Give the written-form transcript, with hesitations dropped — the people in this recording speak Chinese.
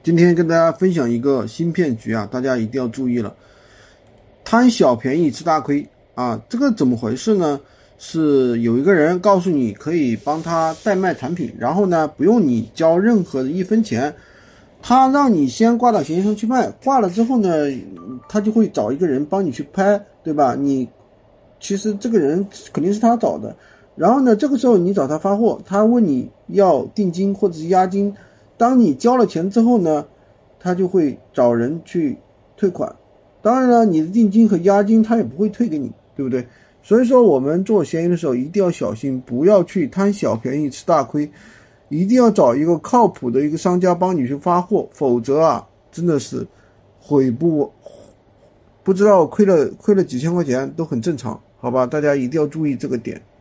今天跟大家分享一个新骗局啊，大家一定要注意了，贪小便宜吃大亏啊！这个怎么回事呢？是有一个人告诉你可以帮他代卖产品，然后呢不用你交任何的一分钱，他让你先挂到闲鱼上去卖，挂了之后呢，他就会找一个人帮你去拍，对吧？其实这个人肯定是他找的，然后呢，这个时候你找他发货，他问你要定金或者是押金，当你交了钱之后呢，他就会找人去退款。当然了，你的定金和押金他也不会退给你，对不对？所以说我们做闲鱼的时候一定要小心，不要去贪小便宜吃大亏，一定要找一个靠谱的一个商家帮你去发货，否则啊，真的是不知道亏了几千块钱都很正常，好吧？大家一定要注意这个点。